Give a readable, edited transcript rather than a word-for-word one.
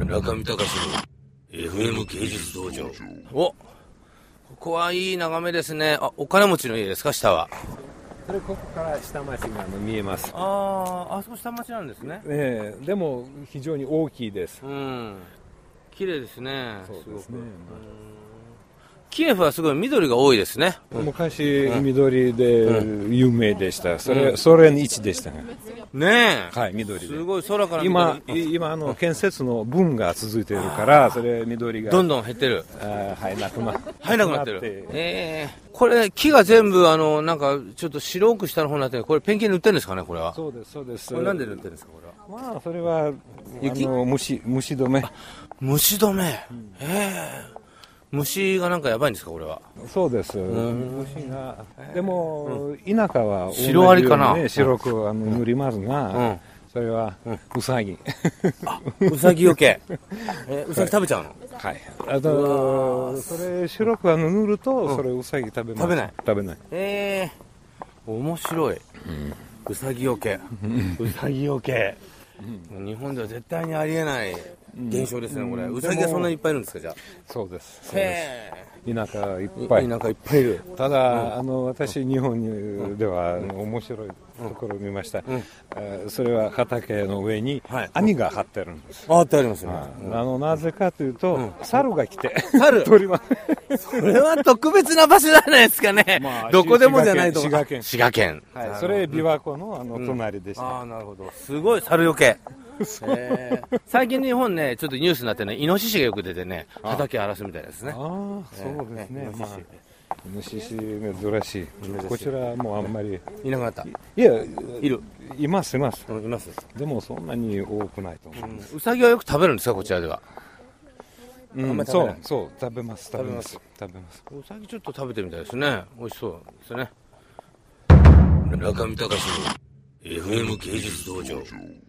中見隆の FM 芸術道場。お、ここはいい眺めですね。あ、お金持ちの家ですか、下は。 それここから下町が見えます。 あそこ下町なんですね。 でも非常に大きいです。 綺麗ですね。 そうですね。 キエフはすごい緑が多いですね。 昔、緑で有名でした。それソ連一でしたが。 ねえ。 はい、緑で。 すごい空から今建設のブームが続いているから、それ緑がどんどん減ってる。 はい、なくなってる。これ木が全部なんかちょっと白く下の方になってる。これペンキ塗ってるんですかね、これは。 そうですそうです。 これなんで塗ってるんですか、これは。 まあそれは虫止め。 虫止め。虫がなんかやばいんですか、これは。 そうです。虫が。でも、田舎はシロアリかな。 白く塗りますが、それはウサギ。 ウサギよけ。ウサギ食べちゃうの。 はい。それ白く塗ると、それウサギ食べます。食べない。 面白い。ウサギよけ。ウサギよけ。日本では絶対にありえない現象ですね、これ。ウサギがそんなにいっぱいいるんですか、じゃあ。 そうです。田舎いっぱい。 田舎いっぱいいる。 ただ、私、日本では面白いところを見ました。それは畑の上に網が張ってるんです。 張ってありますね。 なぜかというと、猿が来て、 取ります。それは特別な場所じゃないですかね。どこでもじゃないと。 滋賀県。 滋賀県。 それ、琵琶湖の隣でした。 なるほど。すごい猿よけ。最近日本ね、ちょっとニュースになってね、イノシシがよく出てね、畑荒らすみたいですね。 そうですね。イノシシ珍しい。こちらもあんまりいなくなった。 いや、います。 でもそんなに多くないと思います。 ウサギはよく食べるんですか、こちらでは。 そう食べます。ウサギちょっと食べてみたいですね。美味しそうですね。中見隆の FM 芸術道場。